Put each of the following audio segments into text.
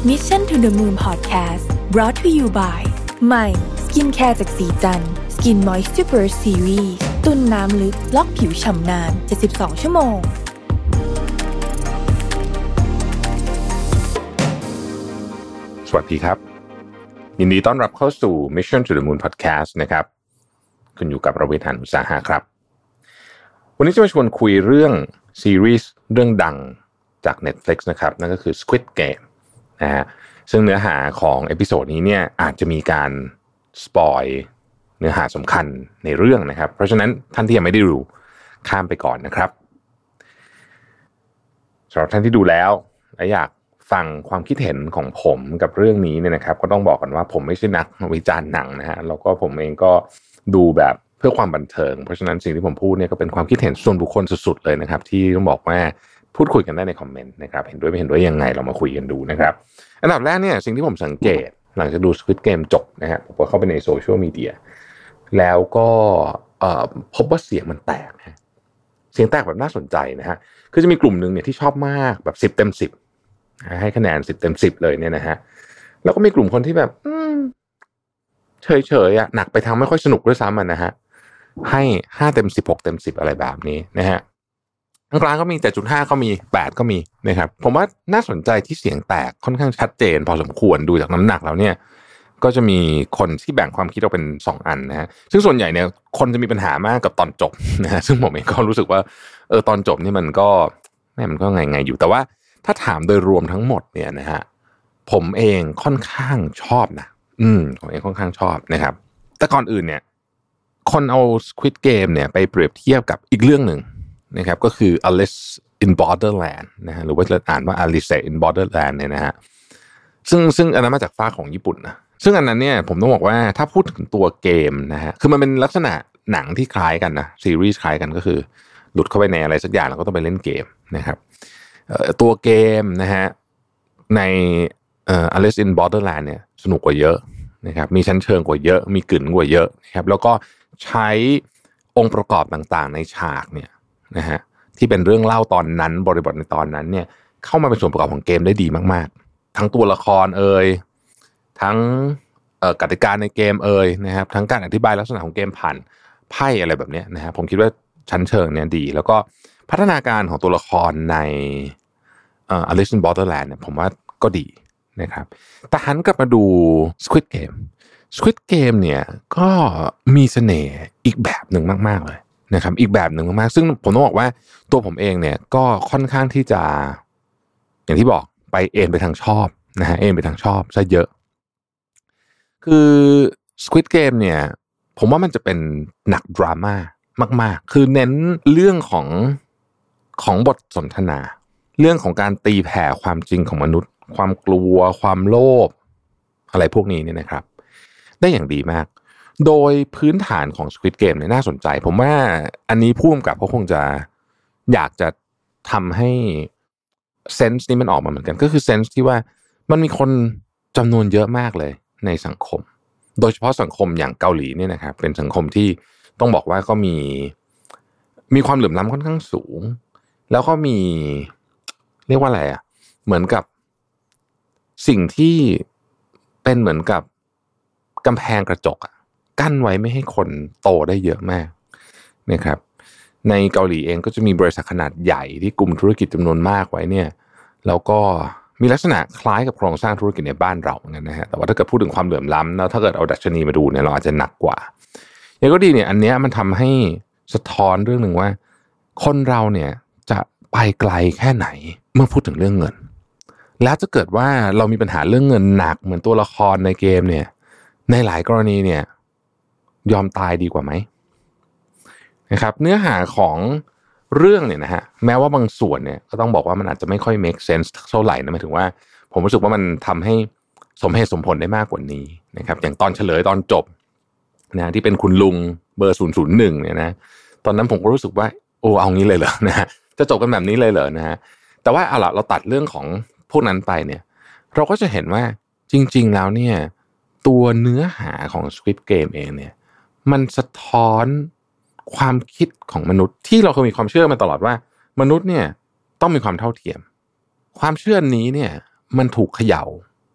Mission to the Moon Podcast brought to you by ใหม่สกินแคร์จากสีจันทร์ Skin Moisture Burst Series ตุ้นน้ำลึกล็อกผิวฉ่ำนาน72ชั่วโมงสวัสดีครับยินดีต้อนรับเข้าสู่ Mission to the Moon Podcast นะครับคุณอยู่กับประเวศ หาญอุตสาหะครับวันนี้จะมาชวนคุยเรื่องซีรีส์เรื่องดังจาก Netflix นะครับนั่นก็คือ Squid Game นะฮะซึ่งเนื้อหาของเอพิโซดนี้เนี่ยอาจจะมีการสปอยเนื้อหาสำคัญในเรื่องนะครับเพราะฉะนั้นท่านที่ยังไม่ได้ดูข้ามไปก่อนนะครับสำหรับท่านที่ดูแล้วและอยากฟังความคิดเห็นของผมกับเรื่องนี้เนี่ยนะครับก็ต้องบอกกันว่าผมไม่ใช่นักวิจารณ์หนังนะฮะแล้วก็ผมเองก็ดูแบบเพื่อความบันเทิงเพราะฉะนั้นสิ่งที่ผมพูดเนี่ยก็เป็นความคิดเห็นส่วนบุคคลสุดๆเลยนะครับที่ต้องบอกว่าพูดคุยกันได้ในคอมเมนต์นะครับเห็นด้วยไม่เห็นด้วยยังไงเรามาคุยกันดูนะครับอันดับแรกเนี่ยสิ่งที่ผมสังเกตหลังจากดู Squid Game จบนะฮะผมก็เข้าไปในโซเชียลมีเดียแล้วก็พบว่าเสียงมันแตกนะเสียงแตกแบบน่าสนใจนะฮะคือจะมีกลุ่มนึงเนี่ยที่ชอบมากแบบ10 เต็ม 10ให้คะแนน10 เต็ม 10เลยเนี่ยนะฮะแล้วก็มีกลุ่มคนที่แบบเฉยๆอ่ะหนักไปทางไม่ค่อยสนุกด้วยซ้ำนะฮะให้5 เต็ม 10 6 เต็ม 10อะไรแบบนี้นะฮะกลางๆก็มี7.5ก็มี8ก็มีนะครับผมว่าน่าสนใจที่เสียงแตกค่อนข้างชัดเจนพอสมควรดูจากน้ำหนักแล้วเนี่ยก็จะมีคนที่แบ่งความคิดออกเป็น2อันนะฮะซึ่งส่วนใหญ่เนี่ยคนจะมีปัญหามากกับตอนจบนะฮะซึ่งผมเองก็รู้สึกว่าตอนจบนี่มันก็ไงอยู่แต่ว่าถ้าถามโดยรวมทั้งหมดเนี่ยนะฮะผมเองค่อนข้างชอบนะผมเองค่อนข้างชอบนะครับแต่ก่อนอื่นเนี่ยคนเอา Squid Game เนี่ยไปเปรียบเทียบกับอีกเรื่องหนึ่งนะครับก็คือ Alice in Borderland นะฮะหรือว่าจะอ่านว่า Alice in Borderland เนี่ยนะฮะซึ่งอันนั้นมาจากฝั่งของญี่ปุ่นนะซึ่งอันนั้นเนี่ยผมต้องบอกว่าถ้าพูดถึงตัวเกมนะฮะคือมันเป็นลักษณะหนังที่คล้ายกันนะซีรีส์คล้ายกันก็คือหลุดเข้าไปในอะไรสักอย่างแล้วก็ต้องไปเล่นเกมนะครับตัวเกมนะฮะในAlice in Borderland เนี่ยสนุกกว่าเยอะนะครับมีชั้นเชิงกว่าเยอะมีกลิ่นกว่าเยอะนะครับแล้วก็ใช้องค์ประกอบต่างๆในฉากเนี่ยนะฮะที่เป็นเรื่องเล่าตอนนั้นบริบทในตอนนั้นเนี่ยเข้ามาเป็นส่วนประกอบของเกมได้ดีมากๆทั้งตัวละครทั้งกติกาในเกมนะครับทั้งการอธิบายลักษณะของเกมผ่านไพ่อะไรแบบนี้นะฮะผมคิดว่าชั้นเชิงเนี่ยดีแล้วก็พัฒนาการของตัวละครในAlice in Borderland เนี่ยผมว่าก็ดีนะครับแต่หันกลับมาดู Squid Game เนี่ยก็มีเสน่ห์อีกแบบหนึ่งมากๆเลยนะครับอีกแบบหนึ่งมากๆซึ่งผมต้องบอกว่าตัวผมเองเนี่ยก็ค่อนข้างที่จะอย่างที่บอกไปเอนไปทางชอบนะฮะเอนไปทางชอบซะเยอะคือ Squid Game เนี่ยผมว่ามันจะเป็นหนักดราม่ามากๆคือเน้นเรื่องของบทสนทนาเรื่องของการตีแผ่ความจริงของมนุษย์ความกลัวความโลภอะไรพวกนี้เนี่ยนะครับได้อย่างดีมากโดยพื้นฐานของ Squid Game เนี่ยน่าสนใจผมว่าอันนี้ผู้กำกับเขาคงจะอยากจะทำให้เซนส์นี้มันออกมาเหมือนกันก็คือเซนส์ที่ว่ามันมีคนจำนวนเยอะมากเลยในสังคมโดยเฉพาะสังคมอย่างเกาหลีเนี่ยนะครับเป็นสังคมที่ต้องบอกว่าก็มีความเหลื่อมล้ำค่อนข้างสูงแล้วก็มีเรียกว่าอะไรอ่ะเหมือนกับสิ่งที่เป็นเหมือนกับกำแพงกระจกกั้นไว้ไม่ให้คนโตได้เยอะมากนะครับในเกาหลีเองก็จะมีบริษัทขนาดใหญ่ที่กลุ่มธุรกิจจำนวนมากไว้เนี่ยแล้วก็มีลักษณะคล้ายกับโครงสร้างธุรกิจในบ้านเราเหมือนกันนะฮะแต่ว่าถ้าเกิดพูดถึงความเหลื่อมล้ำแล้วถ้าเกิดเอาดัชนีมาดูเนี่ยเราอาจจะหนักกว่าอย่างก็ดีเนี่ยอันเนี้ยมันทำให้สะท้อนเรื่องหนึ่งว่าคนเราเนี่ยจะไปไกลแค่ไหนเมื่อพูดถึงเรื่องเงินแล้วจะเกิดว่าเรามีปัญหาเรื่องเงินหนักเหมือนตัวละครในเกมเนี่ยในหลายกรณีเนี่ยยอมตายดีกว่าไหมนะครับเนื้อหาของเรื่องเนี่ยนะฮะแม้ว่าบางส่วนเนี่ยก็ต้องบอกว่ามันอาจจะไม่ค่อย make sense เท่าไหร่นะหมายถึงว่าผมรู้สึกว่ามันทำให้สมเหตุสมผลได้มากกว่านี้นะครับอย่างตอนเฉลยตอนจบนะที่เป็นคุณลุงเบอร์001เนี่ยนะตอนนั้นผมก็รู้สึกว่าโอ้เอางี้เลยเหรอนะฮะจะจบกันแบบนี้เลยเหรอนะฮะแต่ว่าเอาล่ะเราตัดเรื่องของพวกนั้นไปเนี่ยเราก็จะเห็นว่าจริงๆแล้วเนี่ยตัวเนื้อหาของ Squid Game เองเนี่ยมันสะท้อนความคิดของมนุษย์ที่เราเคยมีความเชื่อมาตลอดว่ามนุษย์เนี่ยต้องมีความเท่าเทียมความเชื่อนี้เนี่ยมันถูกเขย่า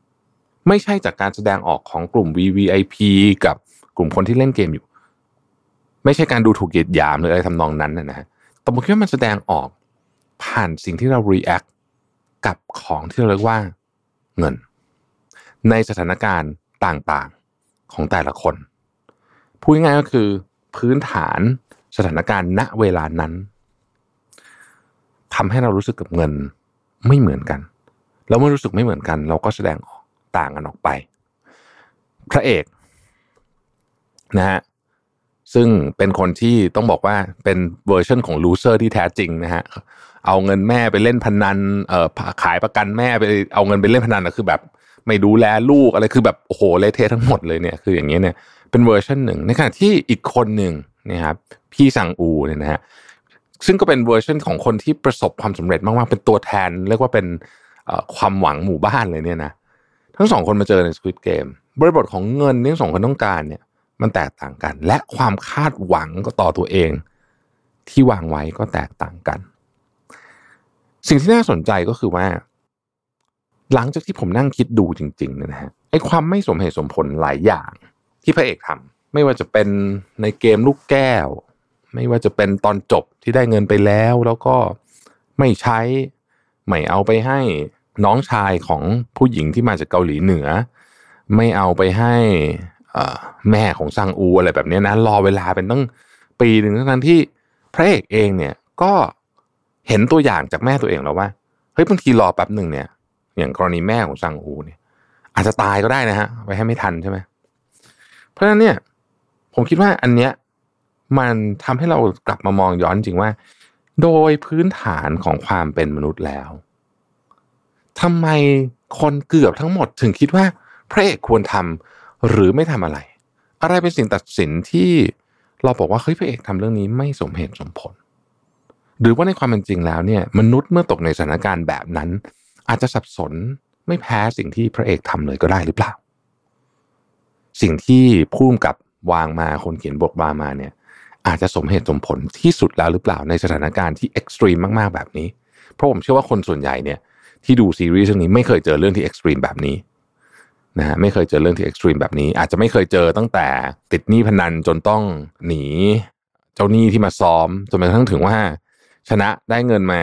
ไม่ใช่จากการแสดงออกของกลุ่ม VVIP กับกลุ่มคนที่เล่นเกมอยู่ไม่ใช่การดูถูกเหยียดหยามหรืออะไรทำนองนั้นนะฮะแต่ผมคิดว่ามันแสดงออกผ่านสิ่งที่เรา react กับของที่เราเรียกว่าเงินในสถานการณ์ต่างๆของแต่ละคนพูดง่ายๆก็คือพื้นฐานสถานการณ์ณเวลานั้นทำให้เรารู้สึกกับเงินไม่เหมือนกันแล้วเมื่อรู้สึกไม่เหมือนกันเราก็แสดงออกต่างกันออกไปพระเอกนะฮะซึ่งเป็นคนที่ต้องบอกว่าเป็นเวอร์ชันของลูเซอร์ที่แท้จริงนะฮะเอาเงินแม่ไปเล่นพนันขายประกันแม่ไปเอาเงินไปเล่นพนันคือแบบไม่ดูแลลูกอะไรคือแบบโอ้โหเละเทะทั้งหมดเลยเนี่ยคืออย่างเงี้ยเนี่ยเป็นเวอร์ชันหนึ่งในขณะที่อีกคนหนึ่งนะครับพี่ซังอูเนี่ยนะฮะซึ่งก็เป็นเวอร์ชันของคนที่ประสบความสำเร็จมากๆเป็นตัวแทนเรียกว่าเป็นความหวังหมู่บ้านเลยเนี่ยนะทั้งสองคนมาเจอใน Squid Game บริบทของเงินที่ทั้งสองคนต้องการเนี่ยมันแตกต่างกันและความคาดหวังก็ต่อตัวเองที่วางไว้ก็แตกต่างกันสิ่งที่น่าสนใจก็คือว่าหลังจากที่ผมนั่งคิดดูจริงๆเนี่ยนะฮะไอ้ความไม่สมเหตุสมผลหลายอย่างที่พระเอกทำไม่ว่าจะเป็นในเกมลูกแก้วไม่ว่าจะเป็นตอนจบที่ได้เงินไปแล้วก็ไม่ใช้ไม่เอาไปให้น้องชายของผู้หญิงที่มาจากเกาหลีเหนือไม่เอาไปให้แม่ของซังอูอะไรแบบนี้นะรอเวลาเป็นตั้งปีหนึ่งทั้งที่พระเอกเองเนี่ยก็เห็นตัวอย่างจากแม่ตัวเองแล้วว่าเฮ้ยบางทีรอแป๊บหนึ่งเนี่ยอย่างกรณีแม่ของซังอูเนี่ยอาจจะตายก็ได้นะฮะไว้ให้ไม่ทันใช่ไหมเพราะฉะนั้นเนี่ยผมคิดว่าอันเนี้ยมันทำให้เรากลับมามองย้อนจริงว่าโดยพื้นฐานของความเป็นมนุษย์แล้วทำไมคนเกือบทั้งหมดถึงคิดว่าพระเอกควรทำหรือไม่ทำอะไรเป็นสิ่งตัดสินที่เราบอกว่าเฮ้ยพระเอกทำเรื่องนี้ไม่สมเหตุสมผลหรือว่าในความเป็นจริงแล้วเนี่ยมนุษย์เมื่อตกในสถานการณ์แบบนั้นอาจจะสับสนไม่แพ้สิ่งที่พระเอกทำเลยก็ได้หรือเปล่าสิ่งที่ผู้กำกับวางมาคนเขียนบทวางมาเนี่ยอาจจะสมเหตุสมผลที่สุดแล้วหรือเปล่าในสถานการณ์ที่เอ็กซ์ตรีมมากๆแบบนี้เพราะผมเชื่อว่าคนส่วนใหญ่เนี่ยที่ดูซีรีส์เรื่องนี้ไม่เคยเจอเรื่องที่เอ็กซ์ตรีมแบบนี้นะฮะไม่เคยเจอเรื่องที่เอ็กซ์ตรีมแบบนี้อาจจะไม่เคยเจอตั้งแต่ติดหนี้พนันจนต้องหนีเจ้าหนี้ที่มาซ้อมจนกระทั่งถึงว่าชนะได้เงินมา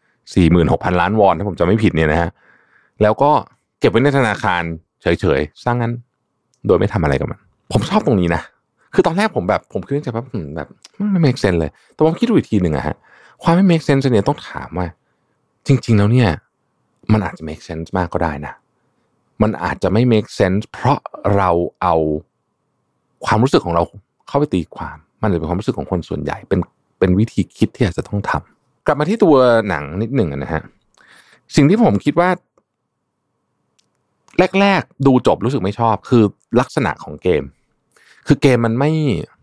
46,000 ล้านวอนถ้าผมจำไม่ผิดเนี่ยนะฮะแล้วก็เก็บไว้ในธนาคารเฉยๆสร้างงั้นโดยไม่ทำอะไรกับมันผมชอบตรงนี้นะคือตอนแรกผมคิดในใจว่าแบบไม่ make sense เลยแต่ผมคิดดูอีกทีหนึ่งอะฮะความไม่ make sense เนี่ยต้องถามว่าจริงๆแล้วเนี่ยมันอาจจะ make sense มากก็ได้นะมันอาจจะไม่ make sense เพราะเราเอาความรู้สึกของเราเข้าไปตีความมันเลยเป็นความรู้สึกของคนส่วนใหญ่เป็นวิธีคิดที่อาจจะต้องทำกลับมาที่ตัวหนังนิดหนึ่งนะฮะสิ่งที่ผมคิดว่าแรกๆดูจบรู้สึกไม่ชอบคือลักษณะของเกมคือเกมมันไม่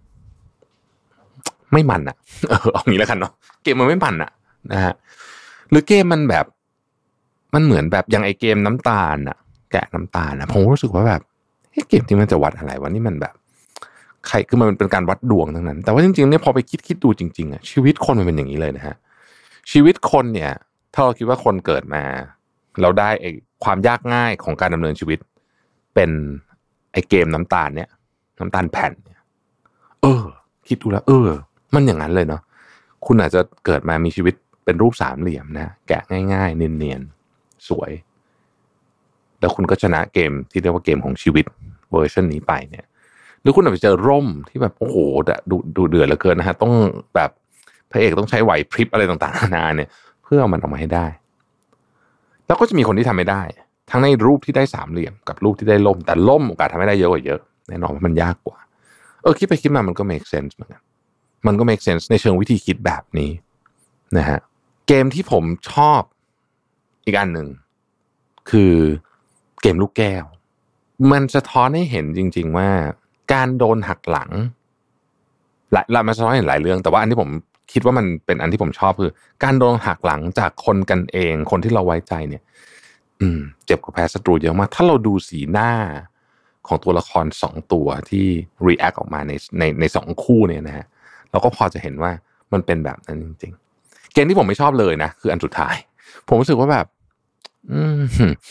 มันอ่ะเอางี้แล้วกันเนาะเกมมันไม่มันอ่ะนะฮะหรือเกมมันแบบมันเหมือนแบบอย่างไอเกมน้ำตาลอ่ะแกะน้ำตาลนะผมรู้สึกว่าแบบเกมที่มันจะวัดอะไรวะนี่มันแบบใครคือมันเป็นการวัดดวงทั้งนั้นแต่ว่าจริงๆเนี่ยพอไปคิดดูจริงๆอ่ะชีวิตคนมันเป็นอย่างนี้เลยนะฮะชีวิตคนเนี่ยถ้าเราคิดว่าคนเกิดมาเราได้ไอความยากง่ายของการดำเนินชีวิตเป็นไอเกมน้ำตาลเนี่ยน้ำตาลแผ่นเนี่ยคิดดูแล้วมันอย่างนั้นเลยเนาะคุณอาจจะเกิดมามีชีวิตเป็นรูปสามเหลี่ยมนะแกะง่ายๆเนียนๆสวยแล้วคุณก็ชนะเกมที่เรียกว่าเกมของชีวิตเวอร์ชันนี้ไปเนี่ยหรือคุณอาจจะเจอร่มที่แบบโอ้โหดูเดือดเหลือเกินนะฮะต้องแบบพระเอกต้องใช้ไหวพริบอะไรต่างๆนานาเนี่ยเพื่อเอามันออกมาให้ได้แล้วก็จะมีคนที่ทำไม่ได้ทั้งในรูปที่ได้สามเหลี่ยมกับรูปที่ได้ล่มแต่ล่มโอกาสทำไม่ได้เยอะกว่าเยอะแน่นอนว่ามันยากกว่าคิดไปคิดมามันก็ make sense เหมือนกันมันก็ make sense ในเชิงวิธีคิดแบบนี้นะฮะเกมที่ผมชอบอีกอันหนึ่งคือเกมลูกแก้วมันสะท้อนให้เห็นจริงๆว่าการโดนหักหลังมันสะท้อนเห็นหลายเรื่องแต่ว่าอันที่ผมคิดว่ามันเป็นอันที่ผมชอบคือการโดนหักหลังจากคนกันเองคนที่เราไว้ใจเนี่ยเจ็บกว่าแพ้ศัตรูเยอะมากถ้าเราดูสีหน้าของตัวละคร2ตัวที่ react ออกมาใน2คู่เนี่ยนะฮะเราก็พอจะเห็นว่ามันเป็นแบบนั้นจริงๆเกมที่ผมไม่ชอบเลยนะคืออันสุดท้ายผมรู้สึกว่าแบบ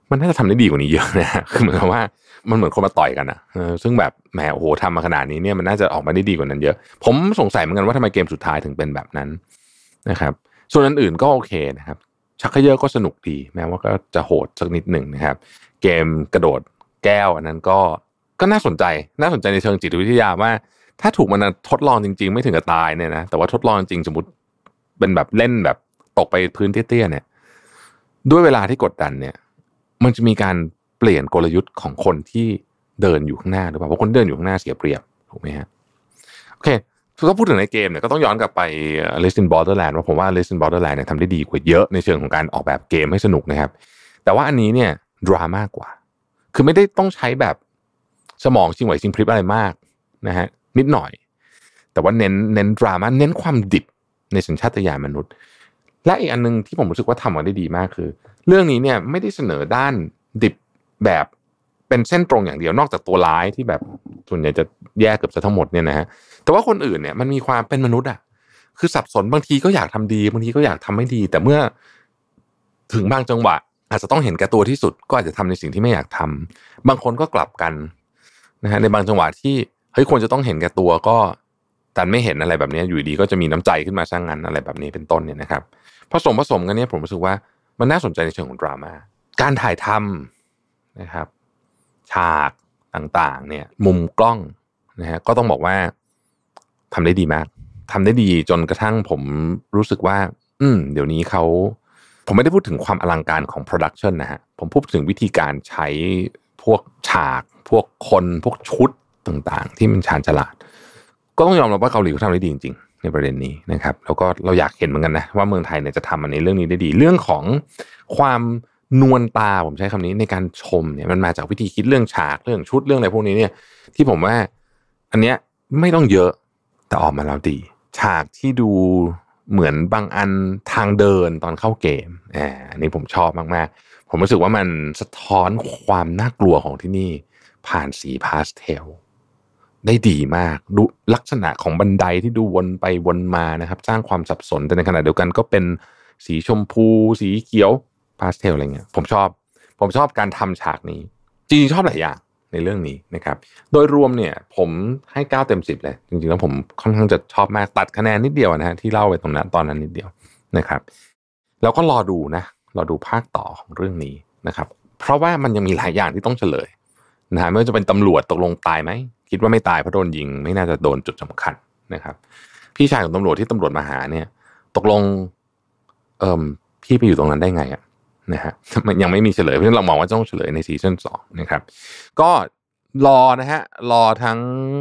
มันน่าจะทำได้ดีกว่านี้เยอะนะคือเหมือนกับว่ามันเหมือนคนมาต่อยกันซึ่งแบบแหมโอ้โหทำมาขนาดนี้เนี่ยมันน่าจะออกมาได้ดีกว่านั้นเยอะผมสงสัยเหมือนกันว่าทำไมเกมสุดท้ายถึงเป็นแบบนั้นนะครับส่วนอื่นๆก็โอเคนะครับชักเขย่อก็สนุกดีแม้ว่าก็จะโหดสักนิดหนึ่งนะครับเกมกระโดดแก้วอันนั้นก็น่าสนใจในเชิงจิตวิทยาว่าถ้าถูกมันทดลองจริงๆไม่ถึงกับตายเนี่ยนะแต่ว่าทดลองจริงสมมติเป็นแบบเล่นแบบตกไปพื้นเตี้ยๆเนี่ยด้วยเวลาที่กดดันเนี่ยมันจะมีการเปลี่ยนกลยุทธ์ของคนที่เดินอยู่ข้างหน้าหรือเปล่าเพราะคนเดินอยู่ข้างหน้าเสียเปรียบถูกไหมฮะโอเคถ้าพูดถึงในเกมเนี่ยก็ต้องย้อนกลับไป Alice in Borderland ว่าผมว่า Alice in Borderland เนี่ยทำได้ดีกว่าเยอะในเชิงของการออกแบบเกมให้สนุกนะครับแต่ว่าอันนี้เนี่ยดราม่ากว่าคือไม่ได้ต้องใช้แบบสมองชิงไหวชิงพริบอะไรมากนะฮะนิดหน่อยแต่ว่าเน้นดราม่าเน้นความดิบในสัญชาตญาณมนุษย์และอีกอันนึงที่ผมรู้สึกว่าทำมาได้ดีมากคือเรื่องนี้เนี่ยไม่ได้เสนอด้านดิบแบบเป็นเส้นตรงอย่างเดียวนอกจากตัวร้ายที่แบบส่วนใหญ่จะแย่เกือบจะทั้งหมดเนี่ยนะฮะแต่ว่าคนอื่นเนี่ยมันมีความเป็นมนุษย์อ่ะคือสับสนบางทีก็อยากทำดีบางทีก็อยากทำไม่ดีแต่เมื่อถึงบางจังหวะอาจจะต้องเห็นแก่ตัวที่สุดก็อาจจะทำในสิ่งที่ไม่อยากทำบางคนก็กลับกันนะฮะในบางจังหวะที่เฮ้ยควรจะต้องเห็นแก่ตัวก็แต่ไม่เห็นอะไรแบบนี้อยู่ดีก็จะมีน้ำใจขึ้นมาสร้างงานอะไรแบบนี้เป็นต้นเนี่ยนะครับผสมกันเนี่ยผมรู้สึกว่ามันน่าสนใจในเชิงของดราม่าการถ่ายทำนะครับฉากต่างๆเนี่ยมุมกล้องนะฮะก็ต้องบอกว่าทำได้ดีมากทำได้ดีจนกระทั่งผมรู้สึกว่าเดี๋ยวนี้ผมไม่ได้พูดถึงความอลังการของโปรดักชันนะฮะผมพูดถึงวิธีการใช้พวกฉากพวกคนพวกชุดต่างๆที่มันชาญฉลาดก็ต้องยอมรับว่าเกาหลีเขาทำได้ดีจริงๆในประเด็นนี้นะครับแล้วก็เราอยากเห็นเหมือนกันนะว่าเมืองไทยเนี่ยจะทำอันนี้เรื่องนี้ได้ดีเรื่องของความนวลตาผมใช้คำนี้ในการชมเนี่ยมันมาจากวิธีคิดเรื่องฉากเรื่องชุดเรื่องอะไรพวกนี้เนี่ยที่ผมว่าอันเนี้ยไม่ต้องเยอะแต่ออกมาแล้วดีฉากที่ดูเหมือนบางอันทางเดินตอนเข้าเกมอันนี้ผมชอบมากๆผมรู้สึกว่ามันสะท้อนความน่ากลัวของที่นี่ผ่านสีพาสเทลได้ดีมากดูลักษณะของบันไดที่ดูวนไปวนมานะครับสร้างความสับสนแต่ในขณะเดียวกันก็เป็นสีชมพูสีเขียวพาสเทลอะไรเงี้ยผมชอบการทำฉากนี้จริงๆชอบหลายอย่างในเรื่องนี้นะครับโดยรวมเนี่ยผมให้9 เต็ม 10เลยจริงๆแล้วผมค่อนข้างจะชอบมากตัดคะแนนนิดเดียวนะฮะที่เล่าไปตรงนั้นตอนนั้นนิดเดียวนะครับแล้วก็รอดูภาคต่อของเรื่องนี้นะครับเพราะว่ามันยังมีหลายอย่างที่ต้องเฉลยนะฮะไม่ว่าจะเป็นตำรวจตกลงตายไหมคิดว่าไม่ตายเพราะโดนยิงไม่น่าจะโดนจุดสำคัญนะครับพี่ชายของตำรวจที่ตำรวจมาหาเนี่ยตกลงพี่ไปอยู่ตรงนั้นได้ไงนะฮะมันยังไม่มีเฉลยเพราะฉะนั้นเรามองว่าต้องเฉลยในซีซั่น2นะครับก็รอนะฮะรอทั้ง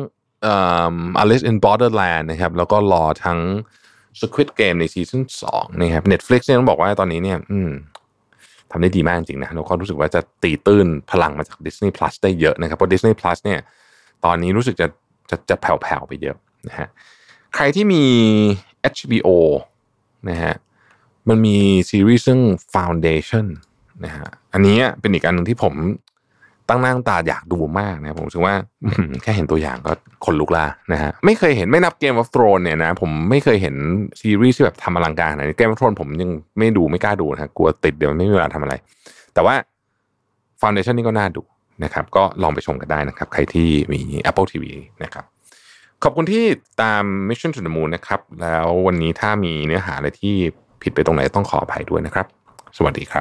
Alice in Borderland นะครับแล้วก็รอทั้ง Squid Game ในซีซั่น2นะครับ Netflix เนี่ยต้องบอกว่าตอนนี้เนี่ยทำได้ดีมากจริงนะแล้วก็รู้สึกว่าจะตีตื้นพลังมาจาก Disney Plus ได้เยอะนะครับเพราะ Disney Plus เนี่ยตอนนี้รู้สึกจะแผ่วๆไปเยอะนะฮะใครที่มี HBO นะฮะมันมีซีรีส์ซึ่ง Foundation นะฮะอันนี้เป็นอีกอันนึงที่ผมตั้งหน้าตาอยากดูมากนะผมรู้สึกว่าแค่เห็นตัวอย่างก็ขนลุกละนะฮะไม่เคยเห็นไม่นับ Game of Thrones เนี่ยนะผมไม่เคยเห็นซีรีส์ที่แบบทำอลังการขนาดนี้ Game of Thrones ผมยังไม่กล้าดูนะกลัวติดเดี๋ยวไม่มีเวลาทำอะไรแต่ว่า Foundation นี่ก็น่าดูนะครับก็ลองไปชมกันได้นะครับใครที่มี Apple TV นะครับขอบคุณที่ตาม Mission to the Moon นะครับแล้ววันนี้ถ้ามีเนื้อหาอะไรที่ผิดไปตรงไหนต้องขออภัยด้วยนะครับสวัสดีครับ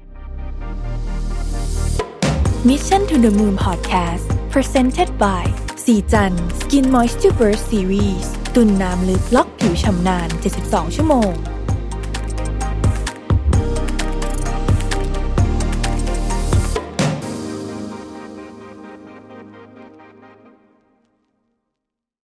Mission to the Moon Podcast Presented by สีจัน Skin Moisture Burst Series ตุ่นน้ำลึกล็อกผิวชำนาน72 ชั่วโมง